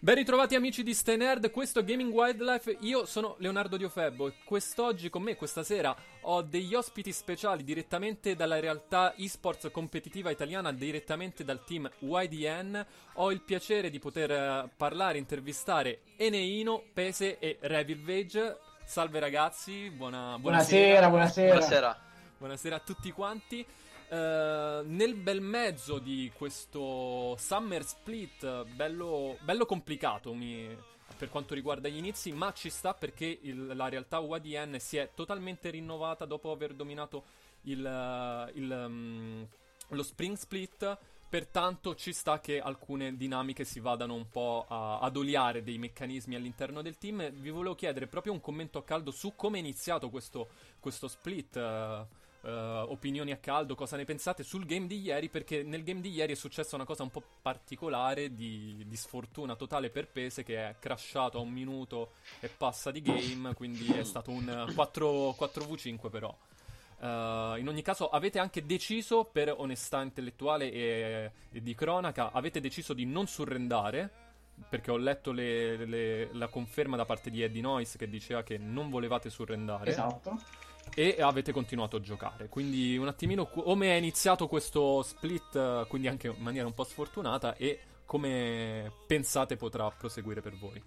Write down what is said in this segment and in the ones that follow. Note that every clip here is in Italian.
Ben ritrovati amici di Stay Nerd, questo è Gaming Wildlife, io sono Leonardo Diofebbo e quest'oggi con me, questa sera, ho degli ospiti speciali direttamente dalla realtà esports competitiva italiana, direttamente dal team YDN. Ho il piacere di poter parlare, intervistare Eneino, Pese e Revilvage. Salve ragazzi, buonasera. Buonasera a tutti quanti. Nel bel mezzo di questo Summer Split bello complicato per quanto riguarda gli inizi, ma ci sta perché la realtà UADN si è totalmente rinnovata dopo aver dominato lo Spring Split. Pertanto ci sta che alcune dinamiche si vadano un po' ad oliare dei meccanismi all'interno del team. Vi volevo chiedere proprio un commento a caldo su come è iniziato questo split. Opinioni a caldo, cosa ne pensate sul game di ieri, perché nel game di ieri è successa una cosa un po' particolare di sfortuna totale per Pese, che è crashato a 1 minuto e passa di game, quindi è stato un 4v5 però. In ogni caso avete anche deciso, per onestà intellettuale e di cronaca, avete deciso di non surrendare, perché ho letto la conferma da parte di Eddie Noyce che diceva che non volevate surrendare. Esatto. E avete continuato a giocare. Quindi un attimino come è iniziato questo split, quindi anche in maniera un po' sfortunata, e come pensate potrà proseguire per voi.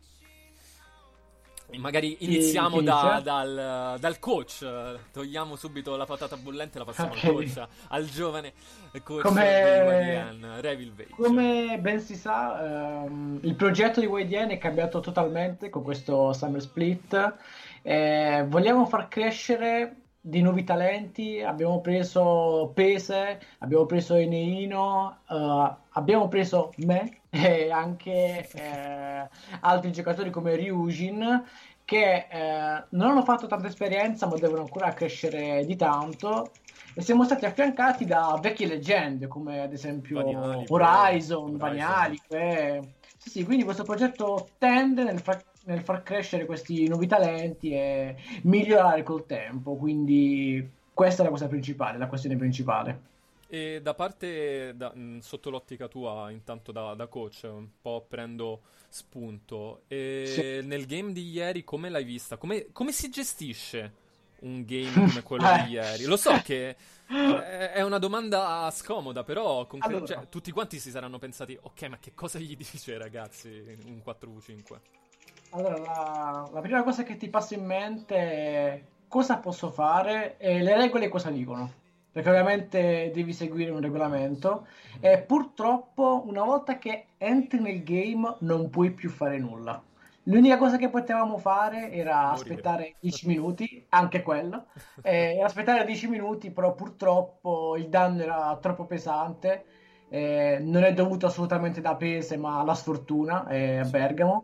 E magari iniziamo dal coach. Togliamo subito la patata bollente e la passiamo al coach, al giovane coach di YDN, Revilvage. Come ben si sa, il progetto di YDN è cambiato totalmente con questo Summer Split. Vogliamo far crescere di nuovi talenti. Abbiamo preso Pese, abbiamo preso Eneino, abbiamo preso me e anche altri giocatori come Ryujin, che non hanno fatto tanta esperienza ma devono ancora crescere di tanto, e siamo stati affiancati da vecchie leggende come ad esempio Horizon, Vaniali. Sì, quindi questo progetto tende nel far crescere questi nuovi talenti e migliorare col tempo, quindi questa è la cosa principale, la questione principale. E da parte, sotto l'ottica tua, intanto da coach, un po' prendo spunto. E nel game di ieri come l'hai vista? Come si gestisce un game come quello di ieri? Lo so che è una domanda scomoda, però allora, tutti quanti si saranno pensati, ok, ma che cosa gli dice ragazzi un 4v5? allora la prima cosa che ti passa in mente è cosa posso fare e le regole cosa dicono. Perché ovviamente devi seguire un regolamento e purtroppo una volta che entri nel game non puoi più fare nulla. L'unica cosa che potevamo fare era Morire. aspettare 10 minuti, anche quello, aspettare 10 minuti, però purtroppo il danno era troppo pesante, non è dovuto assolutamente da Pese ma alla sfortuna a Bergamo,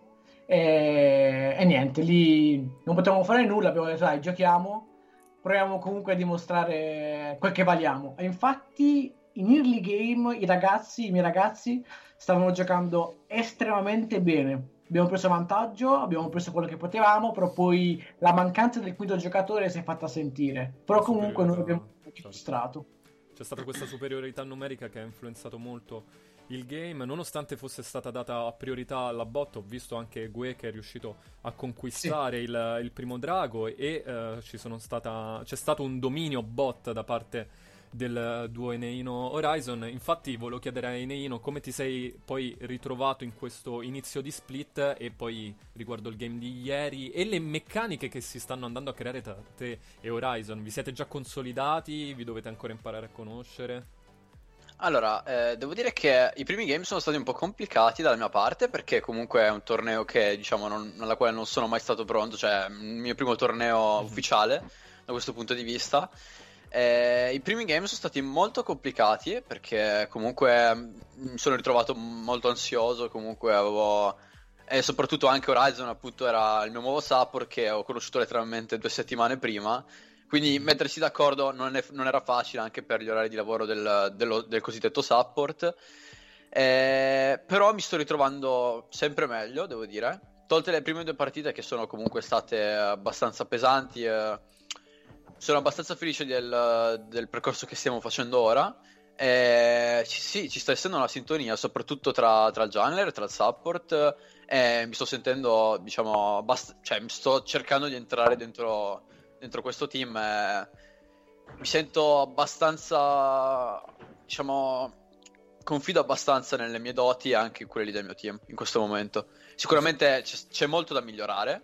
e niente, lì non potevamo fare nulla, abbiamo detto dai, giochiamo, proviamo comunque a dimostrare quel che valiamo. E infatti in early game i miei ragazzi stavano giocando estremamente bene. Abbiamo preso vantaggio, abbiamo preso quello che potevamo, però poi la mancanza del quinto giocatore si è fatta sentire. Però comunque noi abbiamo dimostrato. C'è stata questa superiorità numerica che ha influenzato molto il game, nonostante fosse stata data priorità alla bot. Ho visto anche Gue che è riuscito a conquistare il primo drago e c'è stato un dominio bot da parte del duo Eneino Horizon. Infatti volevo chiedere a Eneino come ti sei poi ritrovato in questo inizio di split, e poi riguardo il game di ieri e le meccaniche che si stanno andando a creare tra te e Horizon. Vi siete già consolidati? Vi dovete ancora imparare a conoscere? Allora, devo dire che i primi game sono stati un po' complicati dalla mia parte, perché comunque è un torneo che, diciamo, alla quale non sono mai stato pronto, cioè il mio primo torneo ufficiale da questo punto di vista. I primi game sono stati molto complicati perché comunque mi sono ritrovato molto ansioso, comunque avevo... E soprattutto anche Horizon appunto era il mio nuovo support che ho conosciuto letteralmente 2 settimane prima. Quindi mettersi d'accordo non era facile anche per gli orari di lavoro del cosiddetto support, però mi sto ritrovando sempre meglio, devo dire. Tolte le prime 2 partite che sono comunque state abbastanza pesanti, sono abbastanza felice del percorso che stiamo facendo ora. Sì, ci sta essendo una sintonia soprattutto tra il jungler, tra il support mi sto sentendo, diciamo, cioè mi sto cercando di entrare dentro questo team. Mi sento abbastanza, diciamo, confido abbastanza nelle mie doti e anche in quelle del mio team in questo momento. Sicuramente c'è molto da migliorare,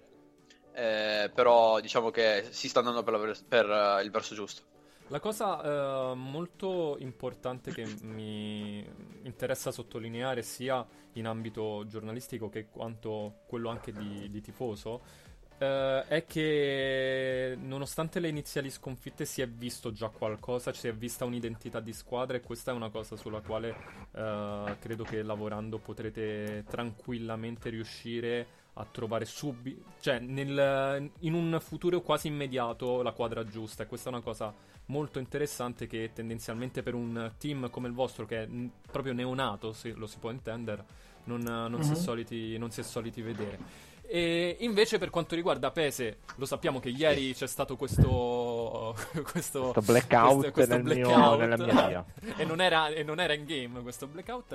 però diciamo che si sta andando per il verso giusto. La cosa molto importante che mi interessa sottolineare sia in ambito giornalistico che quanto quello anche di tifoso è che nonostante le iniziali sconfitte si è visto già qualcosa, si è vista un'identità di squadra, e questa è una cosa sulla quale credo che lavorando potrete tranquillamente riuscire a trovare cioè in un futuro quasi immediato la quadra giusta, e questa è una cosa molto interessante che tendenzialmente per un team come il vostro, che è proprio neonato, se lo si può intendere, non si è soliti vedere. E invece per quanto riguarda Pese, lo sappiamo che ieri c'è stato questo blackout, nella mia via. e non era in game questo blackout.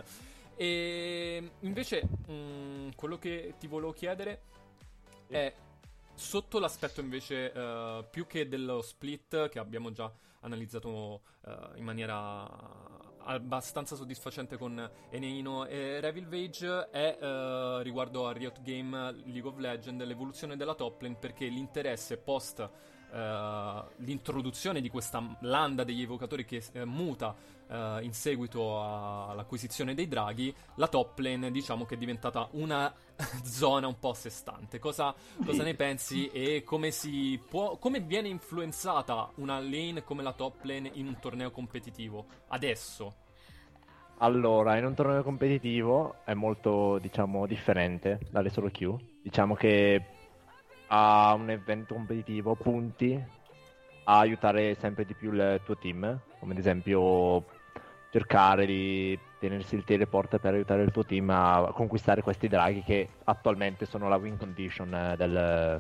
E invece quello che ti volevo chiedere è sotto l'aspetto invece più che dello split che abbiamo già analizzato in maniera abbastanza soddisfacente con Eneino e Revilvage, è riguardo a Riot Game League of Legends, l'evoluzione della top lane, perché l'interesse post l'introduzione di questa landa degli evocatori che muta in seguito all'acquisizione dei draghi, la top lane diciamo che è diventata una zona un po' a sé stante. Cosa ne pensi, e come viene influenzata una lane come la top lane in un torneo competitivo adesso? Allora, in un torneo competitivo è molto, diciamo, differente dalle solo queue. Diciamo che a un evento competitivo punti a aiutare sempre di più il tuo team, come ad esempio cercare di tenersi il teleport per aiutare il tuo team a conquistare questi draghi che attualmente sono la win condition del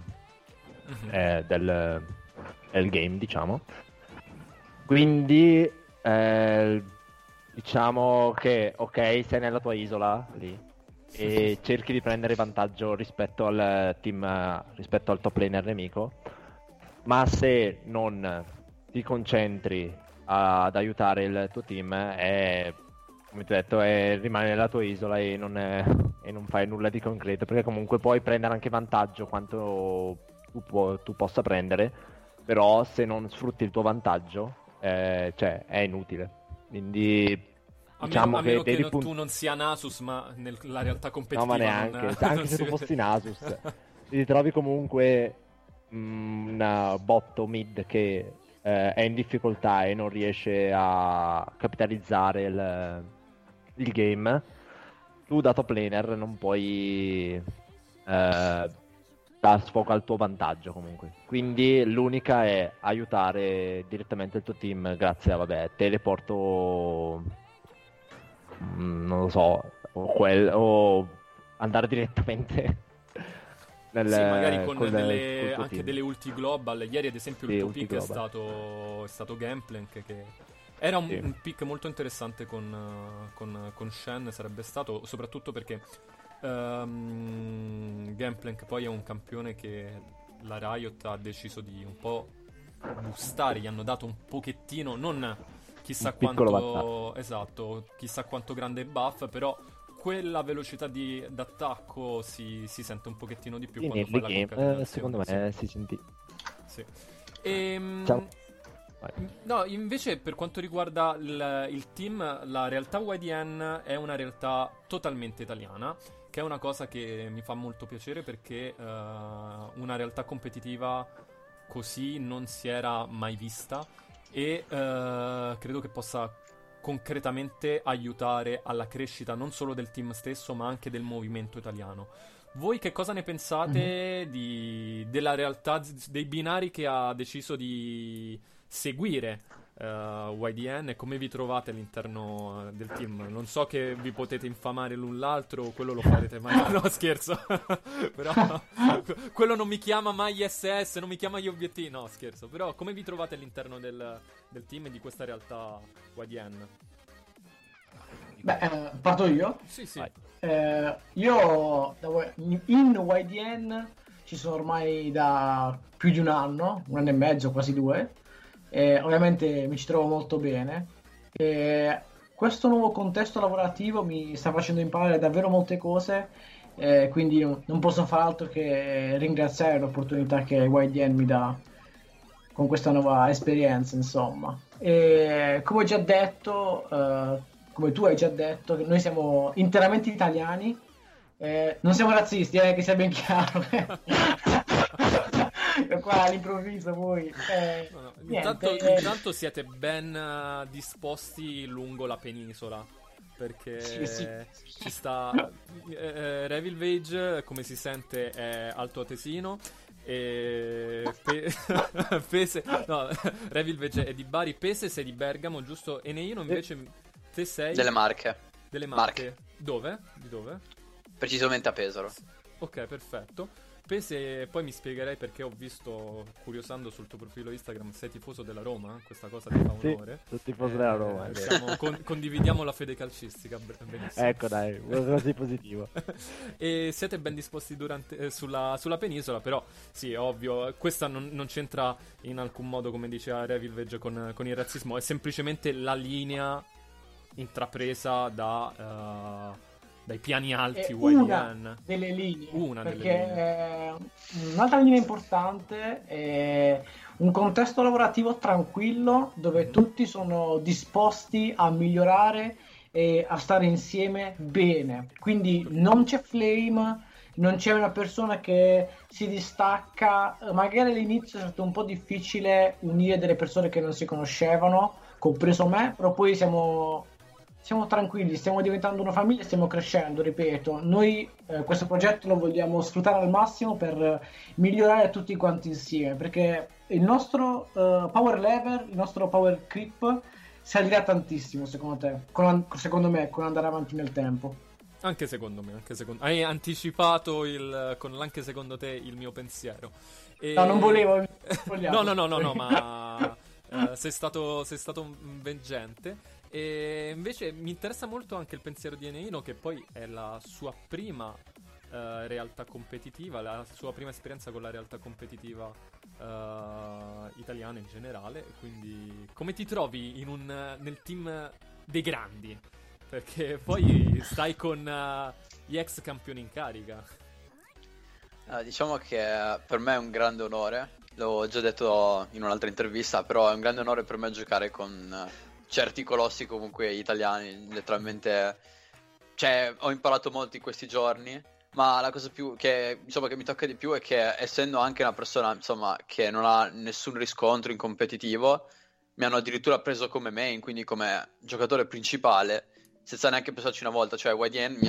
game, diciamo. Quindi diciamo che ok, sei nella tua isola lì e cerchi di prendere vantaggio rispetto al team, rispetto al top laner nemico, ma se non ti concentri ad aiutare il tuo team, come ti ho detto, rimani nella tua isola e non fai nulla di concreto, perché comunque puoi prendere anche vantaggio quanto tu possa prendere, però se non sfrutti il tuo vantaggio cioè è inutile. Quindi diciamo a meno che tu non sia Nasus, ma nella realtà competitiva no, ma neanche, anche se tu fossi Nasus ti trovi comunque una bot o mid che è in difficoltà e non riesce a capitalizzare il game. Tu da top laner non puoi dar sfogo al tuo vantaggio comunque, quindi l'unica è aiutare direttamente il tuo team grazie a teleporto, non lo so, o andare direttamente sì, magari con anche delle ulti global. Ieri ad esempio il tuo pick è stato Gangplank, che era un pick molto interessante con Shen, sarebbe stato, soprattutto perché Gangplank poi è un campione che la Riot ha deciso di un po' boostare, gli hanno dato un pochettino, non chissà quanto esatto, chissà quanto grande buff, però quella velocità d'attacco si sente un pochettino di più quando fa la concatenazione. Secondo me si sentì. Sì. No, invece per quanto riguarda il team, la realtà YDN è una realtà totalmente italiana, che è una cosa che mi fa molto piacere, perché una realtà competitiva così non si era mai vista, e credo che possa concretamente aiutare alla crescita non solo del team stesso, ma anche del movimento italiano. Voi che cosa ne pensate della realtà, dei binari che ha deciso di seguire YDN, e come vi trovate all'interno del team? Non so che vi potete infamare l'un l'altro, quello lo farete mai. No, scherzo. Però quello non mi chiama mai gli SS, non mi chiama gli obiettivi. No, scherzo. Però come vi trovate all'interno del team e di questa realtà YDN? Parto io? Sì. Io in YDN ci sono ormai da più di un anno e mezzo, quasi 2. Ovviamente mi ci trovo molto bene. Questo nuovo contesto lavorativo mi sta facendo imparare davvero molte cose, quindi non posso far altro che ringraziare l'opportunità che YDN mi dà con questa nuova esperienza, insomma. E come ho già detto, come tu hai già detto, che noi siamo interamente italiani, non siamo razzisti, che sia ben chiaro. Qua all'improvviso voi intanto siete ben disposti lungo la penisola, perché ci sta Revil Vage, come si sente, è altoatesino, e Pese Revil Vage è di Bari, Pese sei di Bergamo, giusto? E Neino invece te sei delle Marche. Dove? Di dove? Precisamente a Pesaro. Ok, perfetto. Pese, poi mi spiegherai perché ho visto, curiosando sul tuo profilo Instagram, sei tifoso della Roma, questa cosa ti fa onore. Sono tifoso della Roma. Condividiamo la fede calcistica, benissimo. Ecco dai, così positivo. E siete ben disposti sulla penisola, però sì, ovvio, questa non c'entra in alcun modo, come diceva Revil Vage, con il razzismo, è semplicemente la linea intrapresa dai piani alti una delle linee, perché un'altra linea importante è un contesto lavorativo tranquillo dove tutti sono disposti a migliorare e a stare insieme bene, quindi non c'è flame, non c'è una persona che si distacca. Magari all'inizio è stato un po' difficile unire delle persone che non si conoscevano, compreso me, però poi siamo tranquilli, stiamo diventando una famiglia, stiamo crescendo, ripeto. Noi questo progetto lo vogliamo sfruttare al massimo per migliorare tutti quanti insieme, perché il nostro power level, il nostro power creep salirà tantissimo, secondo me, con andare avanti nel tempo. Anche secondo me. Hai anticipato anche secondo te il mio pensiero. No, non volevo. No, ma sei stato veggente. E invece mi interessa molto anche il pensiero di Eneino, che poi è la sua prima realtà competitiva, la sua prima esperienza con la realtà competitiva italiana in generale. Quindi come ti trovi nel team dei grandi? Perché poi stai con gli ex campioni in carica. Diciamo che per me è un grande onore, l'ho già detto in un'altra intervista, però è un grande onore per me giocare con certi colossi comunque italiani, letteralmente. Cioè, ho imparato molto in questi giorni, ma la cosa più che mi tocca di più è che, essendo anche una persona, insomma, che non ha nessun riscontro in competitivo, mi hanno addirittura preso come main, quindi come giocatore principale, senza neanche pensarci una volta. Cioè YDN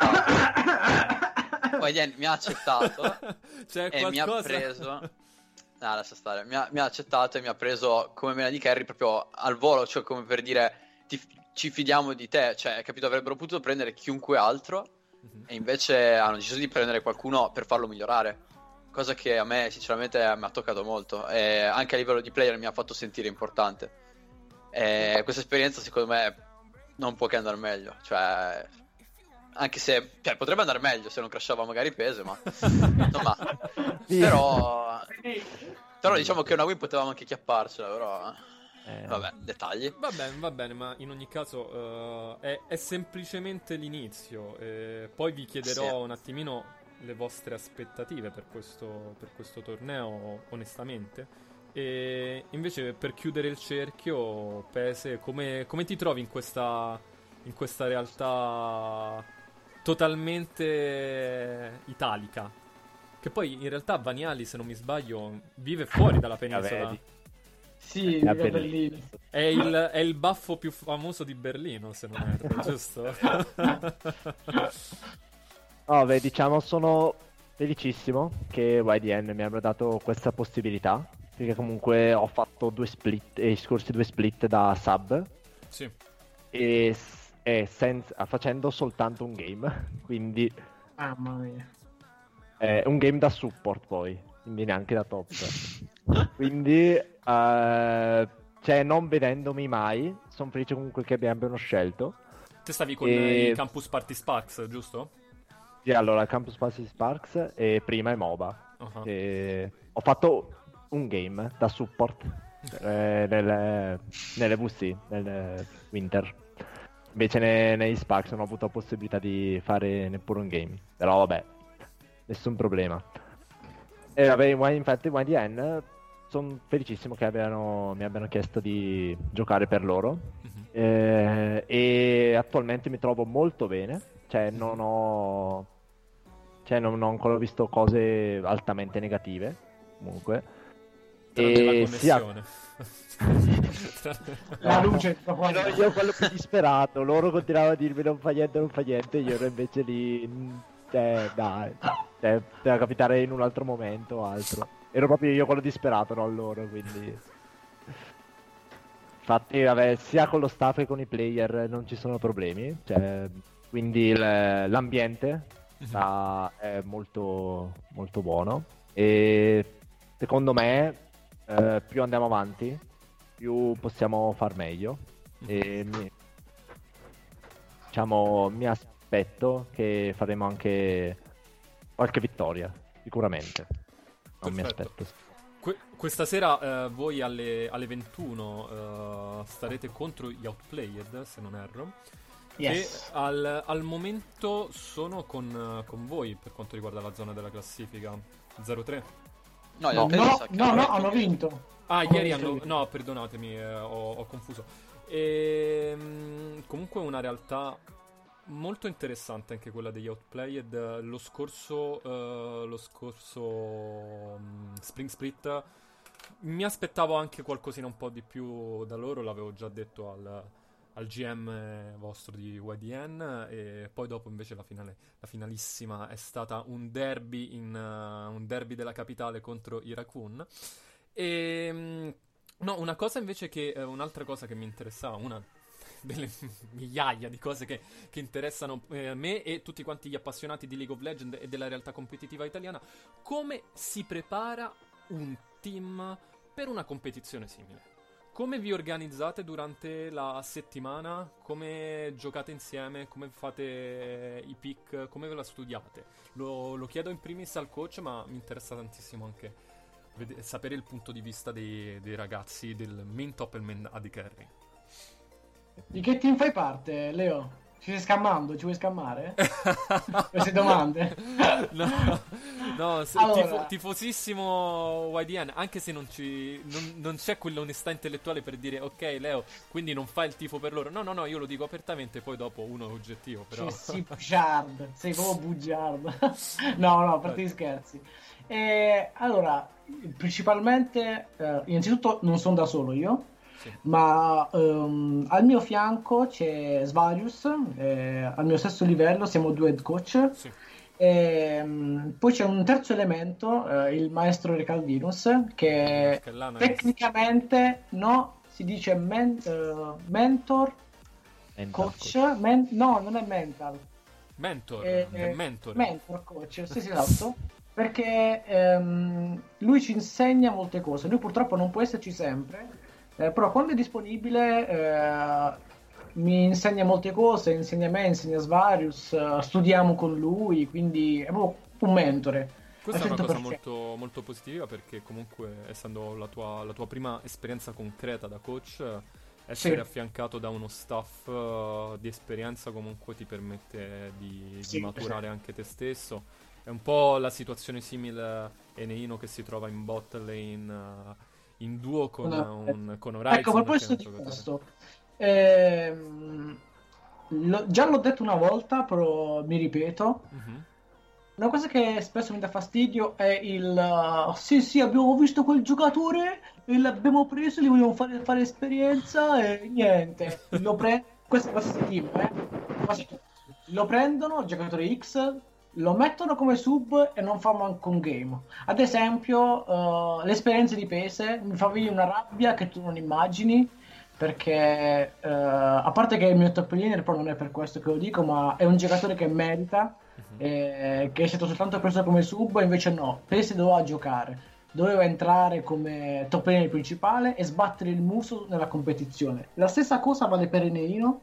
mi ha accettato e mi ha preso. No, lascia stare. Mi ha accettato e mi ha preso come mena di carry proprio al volo, cioè come per dire ci fidiamo di te, cioè, capito? Avrebbero potuto prendere chiunque altro e invece hanno deciso di prendere qualcuno per farlo migliorare, cosa che a me sinceramente mi ha toccato molto e anche a livello di player mi ha fatto sentire importante. E questa esperienza secondo me non può che andare meglio, cioè, anche se potrebbe andare meglio se non crashava magari Pese, ma insomma, però diciamo che una win potevamo anche chiapparcela, però vabbè, dettagli. Va bene, ma in ogni caso è semplicemente l'inizio, poi vi chiederò un attimino le vostre aspettative per questo torneo, onestamente. E invece, per chiudere il cerchio, Pese, come ti trovi in questa realtà totalmente italica? Che poi in realtà Vaniali, se non mi sbaglio, vive fuori dalla penisola. Sì, vive a Berlino. È il baffo più famoso di Berlino, se non erro, giusto? Beh, diciamo, sono felicissimo che YDN mi abbia dato questa possibilità, perché comunque ho fatto 2 split, i scorsi 2 split da sub. Sì. E facendo soltanto un game, quindi mamma mia, un game da support, poi quindi neanche da top. Quindi cioè, non vedendomi mai, sono felice comunque che mi abbiano scelto, Te stavi con i Campus Party Sparks, giusto? Sì, allora Campus Party Sparks e prima è MOBA. Uh-huh. Ho fatto un game da support nelle VC, nel Winter. Invece nei Sparks non ho avuto la possibilità di fare neppure un game. Però vabbè, nessun problema. E vabbè, infatti YDN sono felicissimo che mi abbiano chiesto di giocare per loro. E attualmente mi trovo molto bene. Cioè non ho ancora visto cose altamente negative. Comunque. E la la luce è troppo alta. Io quello più disperato. Loro continuavano a dirmi non fa niente. Io ero invece lì. Dai. Poteva capitare in un altro momento o altro. Ero proprio io quello disperato, non loro, quindi. Infatti, vabbè, sia con lo staff che con i player non ci sono problemi. Cioè, quindi l'ambiente è molto, molto buono. E secondo me, più andiamo avanti, più possiamo far meglio. E mi aspetto che faremo anche qualche vittoria, sicuramente. Non mi aspetto. Questa sera voi alle 21 starete contro gli Outplayed, se non erro. Yes. Che al momento sono con voi per quanto riguarda la zona della classifica 0-3. No, hanno vinto. Ieri hanno... No, perdonatemi, ho confuso. Comunque una realtà molto interessante anche quella degli Outplayed. Lo scorso Spring Split mi aspettavo anche qualcosina un po' di più da loro, l'avevo già detto al GM vostro di YDN, e poi dopo invece la finalissima è stata un derby della capitale contro i Raccoon. No, un'altra cosa che mi interessava, una delle migliaia di cose che interessano me e tutti quanti gli appassionati di League of Legends e della realtà competitiva italiana: come si prepara un team per una competizione simile? Come vi organizzate durante la settimana? Come giocate insieme? Come fate i pick? Come ve la studiate? Lo chiedo in primis al coach, ma mi interessa tantissimo anche sapere il punto di vista dei ragazzi del main top e il main AD carry. Di che team fai parte, Leo? Ci stai scammando? Ci vuoi scammare? Queste domande? No, allora... tifosissimo YDN, anche se non c'è quell'onestà intellettuale per dire ok Leo, quindi non fai il tifo per loro. No, io lo dico apertamente, poi dopo uno è oggettivo, però. Sei bugiard, sei proprio bugiard. No, per te scherzi. Allora, principalmente, innanzitutto non sono da solo io. Sì. Ma al mio fianco c'è Svarius, al mio stesso livello siamo 2 head coach. Sì. Poi c'è un terzo elemento, il maestro Recaldinus, che tecnicamente si dice mentor, coach. No, non è mental. Mentor coach, sì, esatto. Perché lui ci insegna molte cose. Lui purtroppo non può esserci sempre. Però quando è disponibile mi insegna molte cose, insegna me, insegna Svarius, studiamo con lui, quindi è proprio un mentore. Questa è una cosa molto, molto positiva, perché comunque, essendo la tua prima esperienza concreta da coach, essere affiancato da uno staff di esperienza comunque ti permette di maturare anche te stesso. È un po' la situazione simile a Eneino che si trova in bot lane in duo con Horizon. Ecco, per questo di questo già l'ho detto una volta, però mi ripeto. Una cosa che spesso mi dà fastidio è sì, abbiamo visto quel giocatore e l'abbiamo preso, gli vogliamo fare esperienza e niente. Questo è qualsiasi team, quasi tutti. Lo prendono, il giocatore X, lo mettono come sub e non fa manco un game. Ad esempio, l'esperienza di Pese mi fa venire una rabbia che tu non immagini, perché a parte che è il mio top laner, però non è per questo che lo dico, ma è un giocatore che merita, che è stato soltanto preso come sub, e invece no, Pese doveva giocare, doveva entrare come top laner principale e sbattere il muso nella competizione. La stessa cosa vale per Eneino,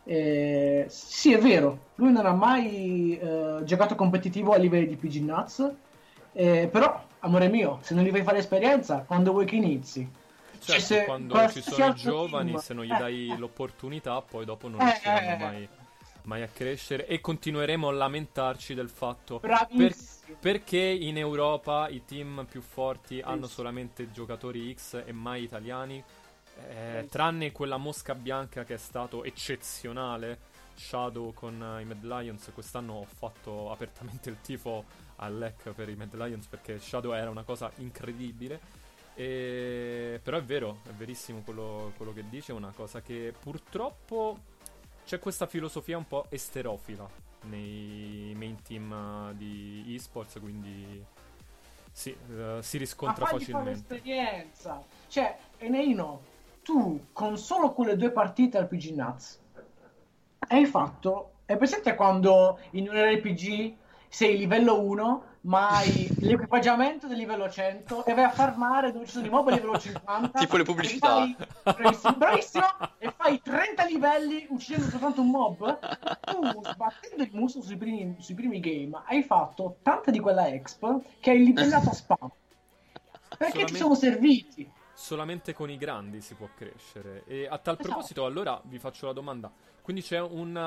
Sì, è vero, lui non ha mai giocato competitivo a livelli di PG Nuts, però, amore mio, se non gli fai fare esperienza, quando vuoi che inizi? Certo, se quando ci sono i altro giovani, team- se non gli dai l'opportunità, poi dopo non riusciranno mai a crescere e continueremo a lamentarci del fatto Bravissimo. perché in Europa i team più forti hanno solamente giocatori X e mai italiani, tranne quella mosca bianca che è stato eccezionale, Shadow con i Mad Lions. Quest'anno ho fatto apertamente il tifo al LEC per i Mad Lions perché Shadow era una cosa incredibile. Però è vero, è verissimo quello che dice, è una cosa che purtroppo c'è questa filosofia un po' esterofila nei main team di esports, quindi sì, si riscontra Ma fagli fare facilmente. l'esperienza. Cioè, Eneino, tu con solo quelle 2 partite al PG Nuts hai fatto. È presente quando in un RPG sei livello 1, ma hai l'equipaggiamento del livello 100 e vai a farmare dove ci sono i mob a livello 50 Tipo le e pubblicità. fai bravissimo, bravissimo, e fai 30 livelli uccidendo soltanto un mob. Tu sbattendo il muso sui primi game hai fatto tanta di quella exp che hai livellato a spam. Perché ti sono serviti? Solamente con i grandi si può crescere. E a tal proposito, allora vi faccio la domanda. Quindi c'è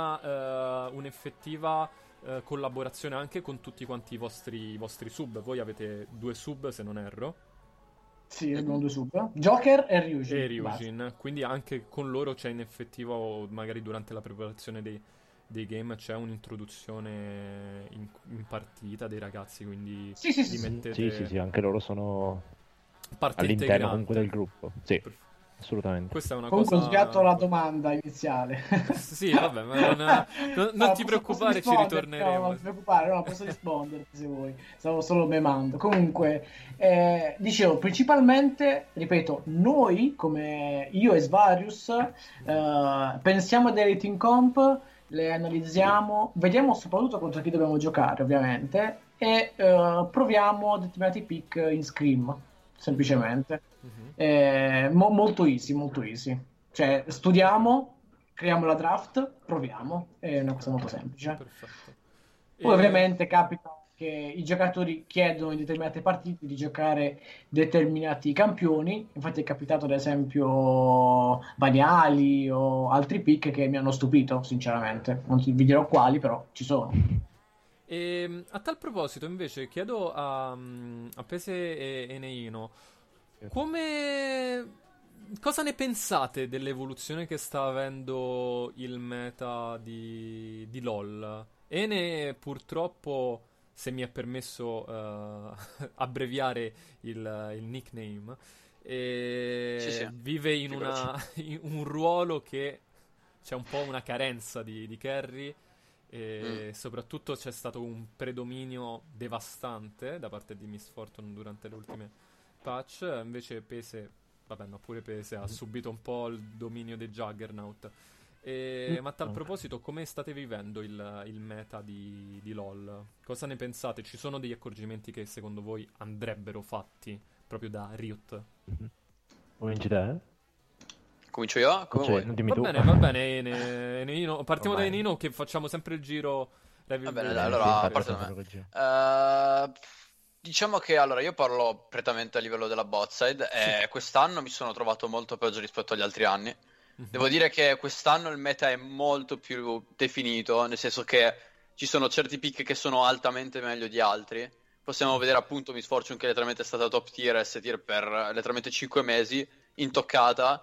un'effettiva collaborazione anche con tutti quanti i vostri sub. Voi avete 2 sub, se non erro. Sì, abbiamo 2 sub. Joker e Ryujin. E Ryujin. Quindi anche con loro c'è in effettivo, magari durante la preparazione dei game, c'è un'introduzione in partita dei ragazzi. Quindi Sì, sì, li sì. mettete Sì, anche loro sono parte all'interno integrante. comunque del gruppo. Sì, assolutamente. Questa è una Comunque ho cosa. sbagliato la domanda iniziale. Sì, vabbè, ma non No, ti posso preoccupare, ci rispondere? ritorneremo. No, non ti preoccupare, no, posso risponderti se vuoi. Stavo solo memando. Comunque, dicevo, principalmente, ripeto, noi, come io e Svarius, pensiamo delle team comp, le analizziamo, vediamo soprattutto contro chi dobbiamo giocare, ovviamente, e proviamo determinati pick in scrim, semplicemente. Molto easy, molto easy. Cioè, studiamo, creiamo la draft, proviamo. È una cosa molto semplice. Perfetto. Poi ovviamente capita che i giocatori chiedono in determinate partite di giocare determinati campioni. Infatti è capitato ad esempio Baniali o altri pick che mi hanno stupito, sinceramente. Non vi dirò quali, però ci sono. E a tal proposito, invece, chiedo a Pese e Neino, cosa ne pensate dell'evoluzione che sta avendo il meta di LoL? Ene, purtroppo, se mi è permesso abbreviare il nickname, Sì, vive in figurati. in un ruolo che c'è un po' una carenza di carry. E soprattutto c'è stato un predominio devastante da parte di Miss Fortune durante le ultime patch. Invece Pese, vabbè, no, pure Pese ha subito un po' il dominio dei Juggernaut. Ma a tal proposito, come state vivendo il meta di LoL? Cosa ne pensate? Ci sono degli accorgimenti che secondo voi andrebbero fatti proprio da Riot? Cominci te? Comincio io? Come vuoi? Dimmi tu. Va bene, Enino. Partiamo da Ormai. Enino, che facciamo sempre il giro. Va bene, Review. allora Sì, parto infatti, da me. Diciamo che allora io parlo prettamente a livello della bot side e quest'anno mi sono trovato molto peggio rispetto agli altri anni. Devo dire che quest'anno il meta è molto più definito, nel senso che ci sono certi pick che sono altamente meglio di altri. Possiamo vedere appunto Miss Fortune che letteralmente è stata top tier, S tier per letteralmente 5 mesi, intoccata.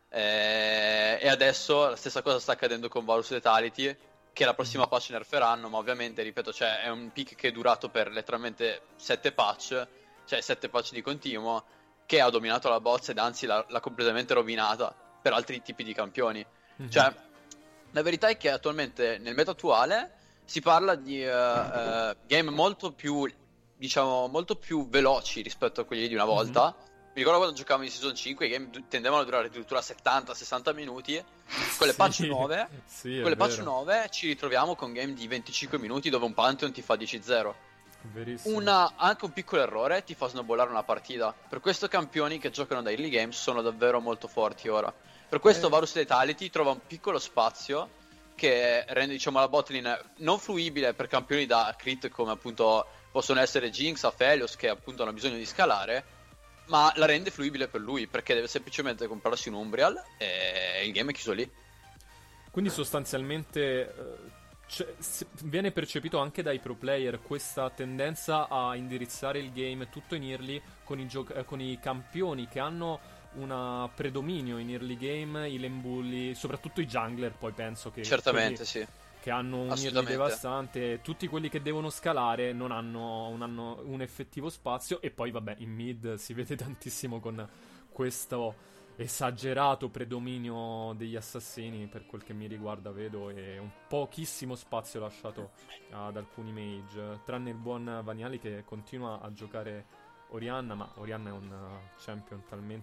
E adesso la stessa cosa sta accadendo con Varus Lethality, che la prossima patch nerferanno, ma ovviamente, ripeto, cioè, è un pick che è durato per letteralmente 7 patch, cioè 7 patch di continuo, che ha dominato la bot ed anzi l'ha completamente rovinata per altri tipi di campioni. Cioè, la verità è che attualmente nel meta attuale si parla di game molto più, diciamo, molto più veloci rispetto a quelli di una volta. Mi ricordo quando giocavamo in Season 5 i game tendevano a durare addirittura 70-60 minuti. Con le patch nuove, con le patch nuove ci ritroviamo con game di 25 minuti dove un Pantheon ti fa 10-0. Verissimo. Anche un piccolo errore ti fa snowballare una partita. Per questo campioni che giocano da early games sono davvero molto forti ora. Per questo Varus Lethality trova un piccolo spazio che rende, diciamo, la botlane non fruibile per campioni da crit come appunto possono essere Jinx, Aphelios, che appunto hanno bisogno di scalare, ma la rende fruibile per lui, perché deve semplicemente comprarsi un Umbreal e il game è chiuso lì. Quindi sostanzialmente viene percepito anche dai pro player questa tendenza a indirizzare il game tutto in early con i campioni che hanno un predominio in early game, i lane bully, soprattutto i jungler, poi penso che certamente sì, che hanno un early devastante, tutti quelli che devono scalare non hanno un effettivo spazio, e poi vabbè in mid si vede tantissimo con questo esagerato predominio degli assassini. Per quel che mi riguarda vedo e un pochissimo spazio lasciato ad alcuni mage, tranne il buon Vaniali che continua a giocare Orianna, ma Orianna è un champion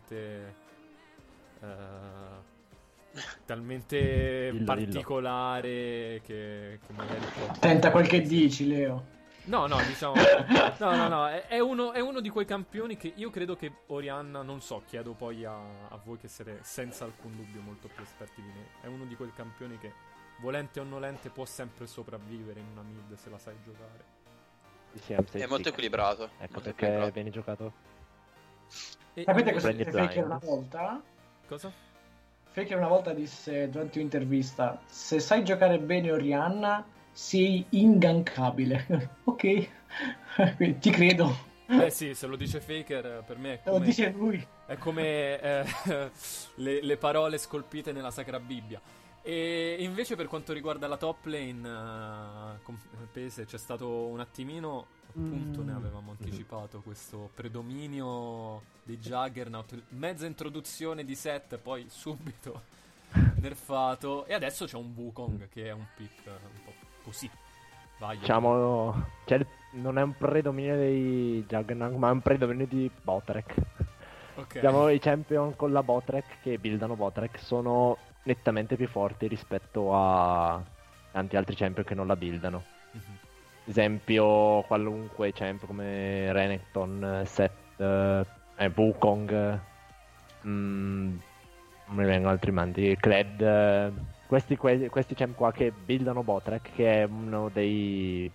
talmente particolare che magari attenta quel che dici, Leo. No, diciamo no, è uno di quei campioni che io credo che Orianna, non so, chiedo poi a voi che siete senza alcun dubbio molto più esperti di me, è uno di quei campioni che volente o nolente può sempre sopravvivere in una mid se la sai giocare. È molto equilibrato. Ecco perché viene giocato. Sapete cosa disse Faker una volta? Cosa? Faker una volta disse durante un'intervista: se sai giocare bene Orianna sei ingankabile. Ok, ti credo. Sì, se lo dice Faker, per me è come... Lo dice lui. È come le parole scolpite nella Sacra Bibbia. E invece per quanto riguarda la top lane, con Pese c'è stato un attimino, appunto ne avevamo anticipato, questo predominio dei Juggernaut, mezza introduzione di set, poi subito nerfato, e adesso c'è un Wukong che è un pick un po' così. Vai, diciamo, non è un predominio dei Juggernaut, ma è un predominio di Botrek. Okay. Diciamo, i champion con la Botrek, che buildano Botrek, sono nettamente più forti rispetto a tanti altri champion che non la buildano. Esempio, qualunque champion come Renekton, Sett, Wukong, non mi vengono altri mandi, Kled, questi champ qua che buildano Botrek, che è uno degli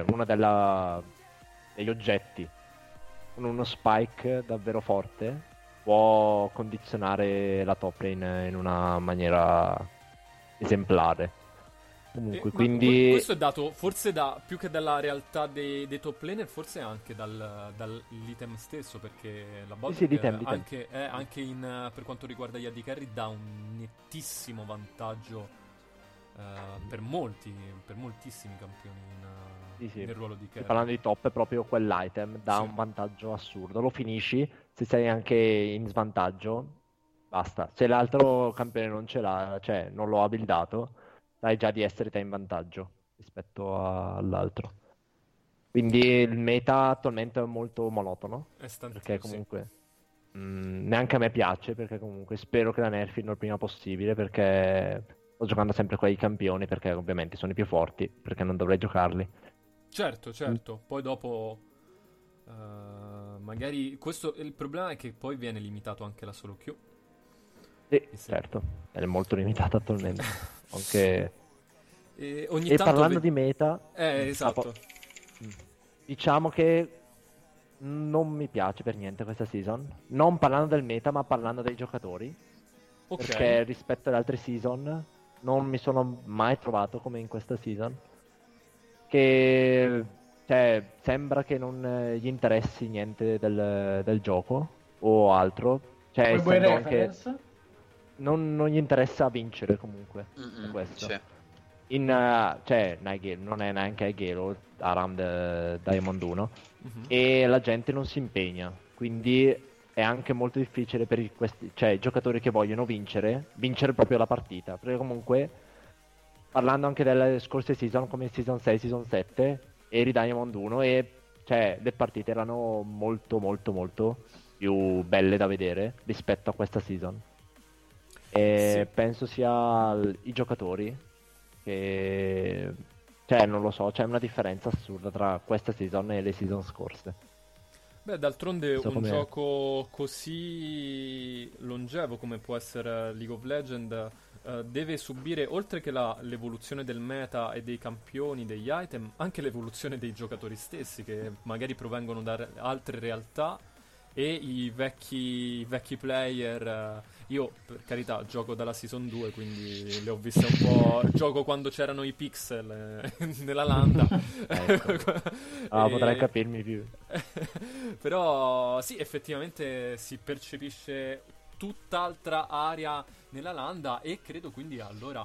oggetti con uno spike davvero forte, può condizionare la top lane in una maniera esemplare. Comunque, quindi questo è dato forse più che dalla realtà dei top laner, forse anche dall'item stesso, perché la bot anche per quanto riguarda gli AD carry dà un nettissimo vantaggio per moltissimi campioni nel ruolo di carry. Parlando di top, è proprio quell'item dà un vantaggio assurdo, lo finisci, se sei anche in svantaggio basta, se l'altro campione non ce l'ha, cioè non lo ha buildato, sai già di essere te in vantaggio rispetto all'altro. Quindi il meta attualmente è molto monotono, perché comunque neanche a me piace, perché comunque spero che la nerfino il prima possibile, perché sto giocando sempre quei campioni, perché ovviamente sono i più forti, perché non dovrei giocarli. Certo, poi dopo magari questo, il problema è che poi viene limitato anche la solo Q. Sì, certo, è molto limitato attualmente. Anche... ogni e tanto parlando di meta, esatto. Diciamo che non mi piace per niente questa season. Non parlando del meta, ma parlando dei giocatori. Okay. Perché rispetto alle altre season non mi sono mai trovato come in questa season. Che sembra che non gli interessi niente del gioco o altro. Cioè, anche non gli interessa vincere comunque. Questo. Sì. Nigel non è neanche Aegel, Aram Diamond 1, e la gente non si impegna, quindi è anche molto difficile per i giocatori che vogliono vincere proprio la partita, perché comunque parlando anche delle scorse season come season 6, season 7 eri Diamond 1 e le partite erano molto molto molto più belle da vedere rispetto a questa season, e penso sia i giocatori che non lo so, c'è una differenza assurda tra questa season e le season scorse. Beh, d'altronde So un com'è. gioco così longevo come può essere League of Legends deve subire, oltre che l'evoluzione del meta e dei campioni, degli item, anche l'evoluzione dei giocatori stessi, che magari provengono da altre realtà, e i vecchi player. Io, per carità, gioco dalla Season 2, quindi le ho viste un po'. Gioco quando c'erano i pixel nella landa. Ecco. Potrei capirmi più. Però sì, effettivamente si percepisce tutt'altra area nella landa, e credo quindi allora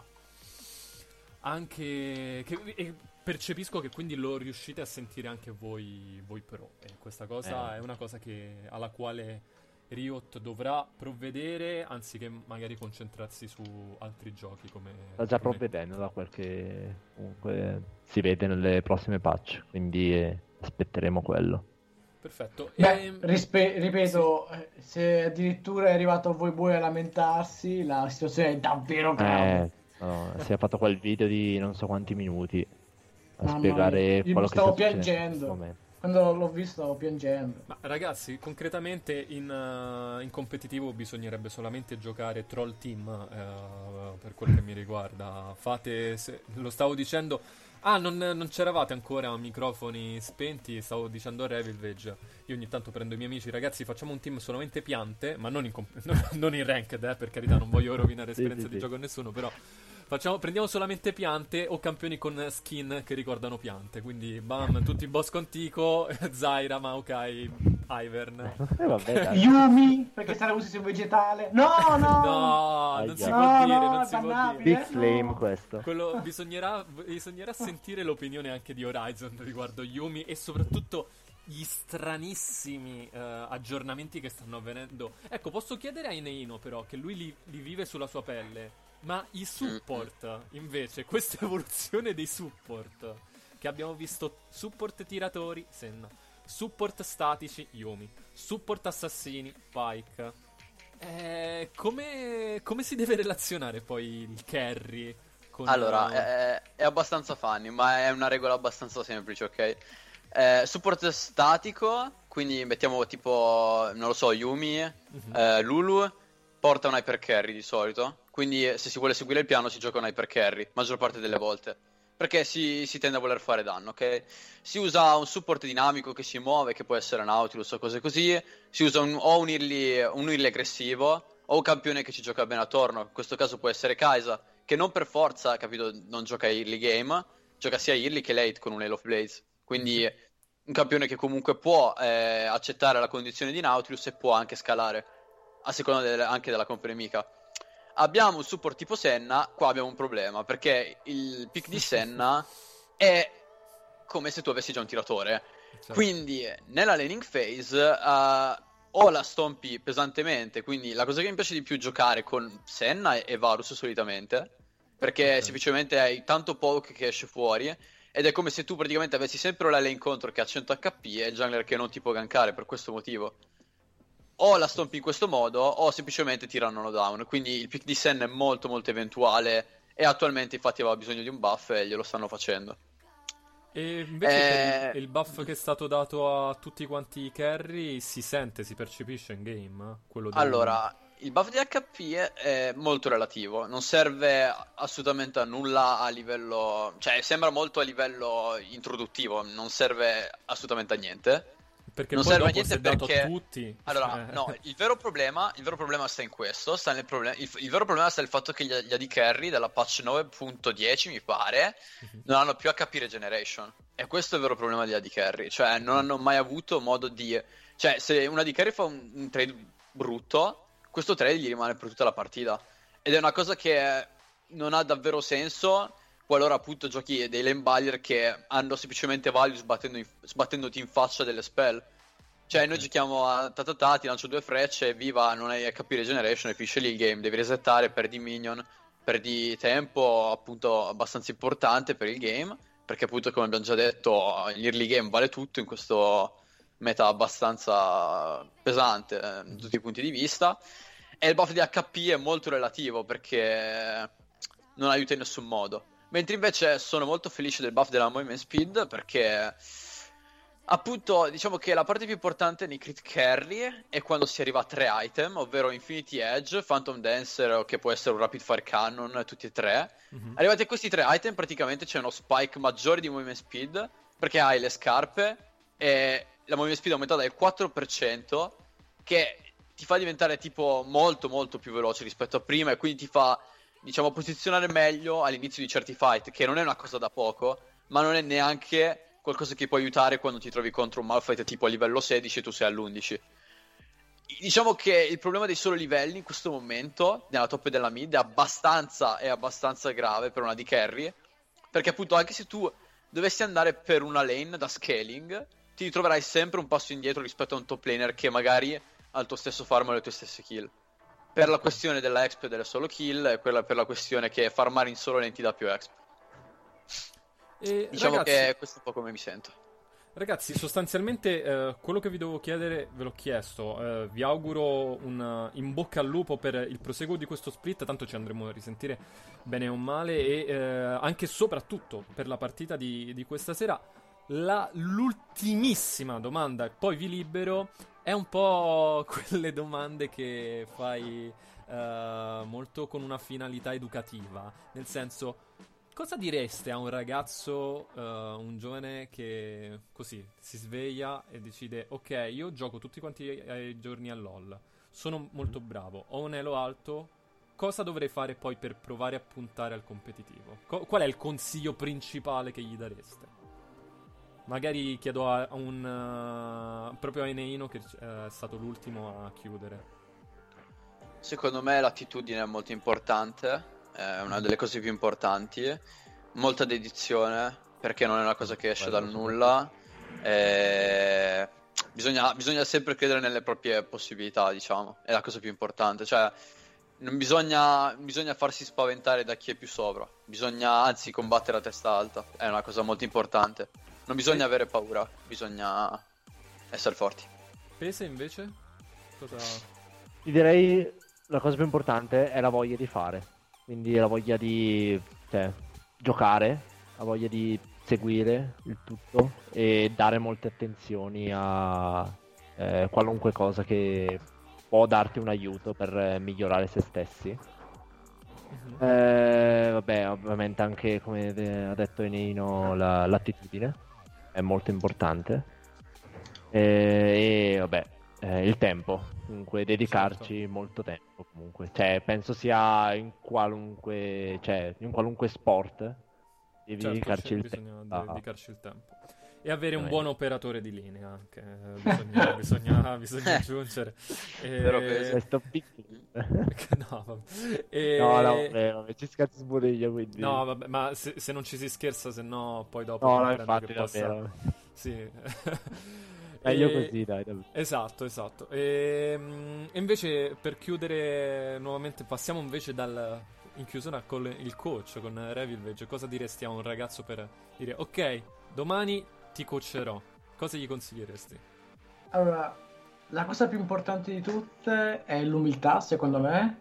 anche e percepisco che quindi lo riuscite a sentire anche voi pro, e questa cosa è una cosa alla quale Riot dovrà provvedere, anziché magari concentrarsi su altri giochi come... Sta già come- provvedendo da quel che comunque si vede nelle prossime patch, quindi aspetteremo quello. Perfetto. Beh, ripeto, se addirittura è arrivato voi a lamentarsi, la situazione è davvero grave. No, si è fatto quel video di non so quanti minuti a Mamma spiegare mia, io quello che stavo sta succedendo in questo piangendo. momento. Quando l'ho visto stavo piangendo. Ma ragazzi, concretamente in competitivo bisognerebbe solamente giocare Troll Team, per quel che mi riguarda. Lo stavo dicendo... Ah, non c'eravate ancora a microfoni spenti, stavo dicendo a Revilvage. Io ogni tanto prendo i miei amici, ragazzi, facciamo un team solamente piante, ma non non in ranked, per carità, non voglio rovinare esperienza di gioco a nessuno, però... Prendiamo solamente piante o campioni con skin che ricordano piante. Quindi, bam, tutti i boss con Tico, Zyra, Maokai, Ivern. Vabbè, dai. Yumi, perché sarà usi sul vegetale. No, no! No, non Aia. si No, può dire, no, non è si può bannabile. dire. Big flame no. questo. Bisognerà sentire l'opinione anche di Horizon riguardo Yumi, e soprattutto gli stranissimi aggiornamenti che stanno avvenendo. Ecco, posso chiedere a Ineino però, che lui li vive sulla sua pelle. Ma i support, invece, questa evoluzione dei support, che abbiamo visto support tiratori, Senna, support statici, Yumi, support assassini, Pyke, come si deve relazionare poi il carry con... Allora, è abbastanza funny, ma è una regola abbastanza semplice, ok? Support statico, quindi mettiamo tipo, non lo so, Yumi, Lulu, porta un hyper carry di solito. Quindi se si vuole seguire il piano si gioca un hyper carry, maggior parte delle volte. Perché si tende a voler fare danno, ok? Si usa un support dinamico che si muove, che può essere Nautilus o cose così. Si usa un early aggressivo, o un campione che ci gioca bene attorno. In questo caso può essere Kai'Sa, che non per forza, capito, non gioca early game, gioca sia early che late con un Hail of Blades. Quindi un campione che comunque può accettare la condizione di Nautilus e può anche scalare, a seconda anche della comp nemica. Abbiamo un support tipo Senna, qua abbiamo un problema, perché il pick di Senna è come se tu avessi già un tiratore. Certo. Quindi nella laning phase o la stompi pesantemente, quindi la cosa che mi piace di più giocare con Senna e Varus solitamente, perché semplicemente hai tanto poke che esce fuori, ed è come se tu praticamente avessi sempre la lane contro che ha 100 HP e il jungler che non ti può gankare per questo motivo. O la stompi in questo modo, o semplicemente tirano down. Quindi il pick di Sen è molto molto eventuale, e attualmente infatti aveva bisogno di un buff e glielo stanno facendo. E invece per il buff che è stato dato a tutti quanti i carry si sente, si percepisce in game? Quello Allora, il buff di HP è molto relativo, non serve assolutamente a nulla a livello... Cioè, sembra molto a livello introduttivo, non serve assolutamente a niente. Perché non poi serve a dopo niente se dato perché... a tutti... Allora, no, il vero problema sta in questo, il vero problema sta nel fatto che gli AD carry della patch 9.10, mi pare, non hanno più HP regeneration. E questo è il vero problema degli AD carry, cioè non hanno mai avuto modo di... Cioè, se un AD carry fa un trade brutto, questo trade gli rimane per tutta la partita. Ed è una cosa che non ha davvero senso qualora appunto giochi dei lane barrier che hanno semplicemente value sbattendoti in faccia delle spell. Cioè noi giochiamo a ta, ti lancio 2 frecce, viva, non hai HP regeneration e finisce lì il game, devi resettare, perdi minion, perdi tempo appunto abbastanza importante per il game, perché appunto come abbiamo già detto l'early game vale tutto in questo meta abbastanza pesante da tutti i punti di vista, e il buff di HP è molto relativo perché non aiuta in nessun modo. Mentre invece sono molto felice del buff della movement speed, perché Appunto, diciamo che la parte più importante nei crit carry è quando si arriva a 3 item, ovvero Infinity Edge, Phantom Dancer, che può essere un Rapid Fire Cannon, tutti e tre. Arrivati a questi 3 item, praticamente c'è uno spike maggiore di movement speed, perché hai le scarpe e la movement speed è aumentata del 4%, che ti fa diventare tipo molto molto più veloce rispetto a prima, e quindi ti fa, diciamo, posizionare meglio all'inizio di certi fight, che non è una cosa da poco, ma non è neanche qualcosa che può aiutare quando ti trovi contro un Malphite tipo a livello 16 e tu sei all'11. Diciamo che il problema dei solo livelli in questo momento nella top e della mid è abbastanza grave per una di carry, perché appunto anche se tu dovessi andare per una lane da scaling, ti ritroverai sempre un passo indietro rispetto a un top laner che magari ha il tuo stesso farm e le tue stesse kill, per la questione della exp e delle solo kill, e quella per la questione che farmare in solo lane ti dà più exp. E, Diciamo ragazzi, che questo è un po' come mi sento. Ragazzi, sostanzialmente quello che vi devo chiedere ve l'ho chiesto. Vi auguro un in bocca al lupo per il proseguo di questo split, tanto ci andremo a risentire bene o male, e anche e soprattutto per la partita di questa sera. L'ultimissima domanda, poi vi libero, è un po' quelle domande che fai molto con una finalità educativa, nel senso... Cosa direste a un ragazzo, un giovane che così si sveglia e decide: ok, io gioco tutti quanti i giorni a LoL, sono molto bravo, ho un elo alto, cosa dovrei fare poi per provare a puntare al competitivo? Qual è il consiglio principale che gli dareste? Magari chiedo a proprio a Eneino, che è stato l'ultimo a chiudere. Secondo me l'attitudine è molto importante. È una delle cose più importanti, molta dedizione, perché non è una cosa che esce dal nulla. Bisogna sempre credere nelle proprie possibilità, diciamo, è la cosa più importante, cioè non bisogna farsi spaventare da chi è più sopra, bisogna anzi combattere a testa alta, è una cosa molto importante, non bisogna avere paura, bisogna essere forti. Pesa invece? Cosa... Ti direi la cosa più importante è la voglia di fare. Quindi la voglia di giocare, la voglia di seguire il tutto e dare molte attenzioni a qualunque cosa che può darti un aiuto per migliorare se stessi. Vabbè, ovviamente anche, come ha detto Eneino, l'attitudine è molto importante. E vabbè, il tempo. Comunque dedicarci molto tempo, comunque, cioè penso sia in qualunque sport devi dedicarci il tempo. Dedicarci il tempo e avere un buon operatore di linea anche, bisogna aggiungere. Questo piccolo. No, vabbè, ci scherzi pure io, quindi. No, vabbè, ma se non ci si scherza, se no poi dopo no, infatti, davvero. Sì. Meglio così, dai. Esatto. E invece, per chiudere nuovamente, passiamo invece in chiusura con il coach, con Revilvage. Cosa diresti a un ragazzo per dire: ok, domani ti coacherò? Cosa gli consiglieresti? Allora, la cosa più importante di tutte è l'umiltà, secondo me.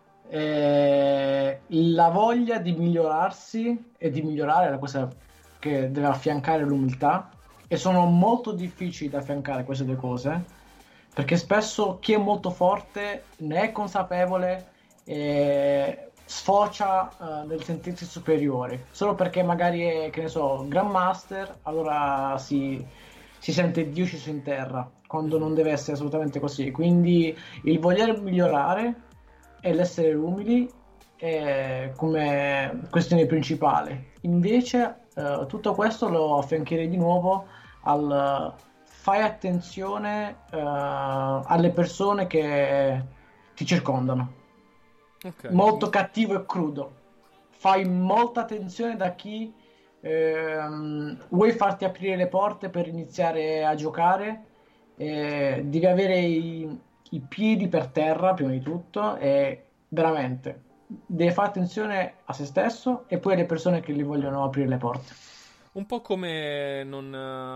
La voglia di migliorarsi e di migliorare è la cosa che deve affiancare l'umiltà. E sono molto difficili da affiancare queste due cose, perché spesso chi è molto forte ne è consapevole e sfocia nel sentirsi superiore, solo perché magari è, che ne so, Grandmaster, allora si sente Dio sceso in terra, quando non deve essere assolutamente così. Quindi il voler migliorare e l'essere umili è come questione principale. Invece tutto questo lo affiancherei di nuovo fai attenzione alle persone che ti circondano. Okay. Molto cattivo e crudo. Fai molta attenzione da chi vuoi farti aprire le porte per iniziare a giocare. Devi avere i piedi per terra prima di tutto, e veramente deve fare attenzione a se stesso e poi alle persone che gli vogliono aprire le porte. Un po' come non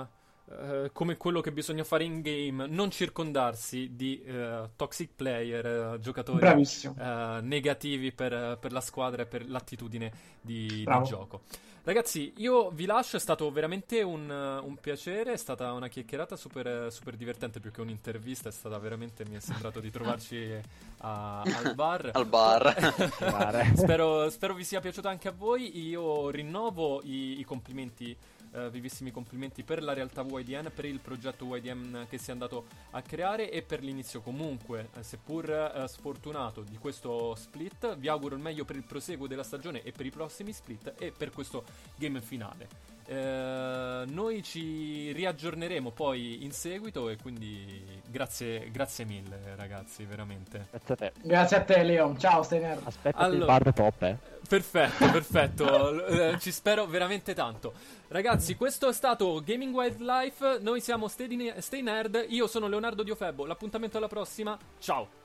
come quello che bisogna fare in game, non circondarsi di toxic player, giocatori negativi per la squadra e per l'attitudine di gioco. Ragazzi, io vi lascio, è stato veramente un piacere, è stata una chiacchierata super, super divertente, più che un'intervista, è stata veramente, mi è sembrato di trovarci al bar. Al bar. Spero vi sia piaciuto anche a voi. Io rinnovo i complimenti, vivissimi complimenti per la realtà YDN, per il progetto YDN che si è andato a creare e per l'inizio comunque, seppur sfortunato, di questo split. Vi auguro il meglio per il proseguo della stagione e per i prossimi split e per questo game finale. Noi ci riaggiorneremo poi in seguito e quindi grazie mille ragazzi, veramente. Grazie a te Leo, ciao Steiner. Aspetta il bar top, Perfetto. Ci spero veramente tanto. Ragazzi, questo è stato Gaming Wildlife, noi siamo Stay Nerd, io sono Leonardo Diofebbo, l'appuntamento alla prossima, ciao.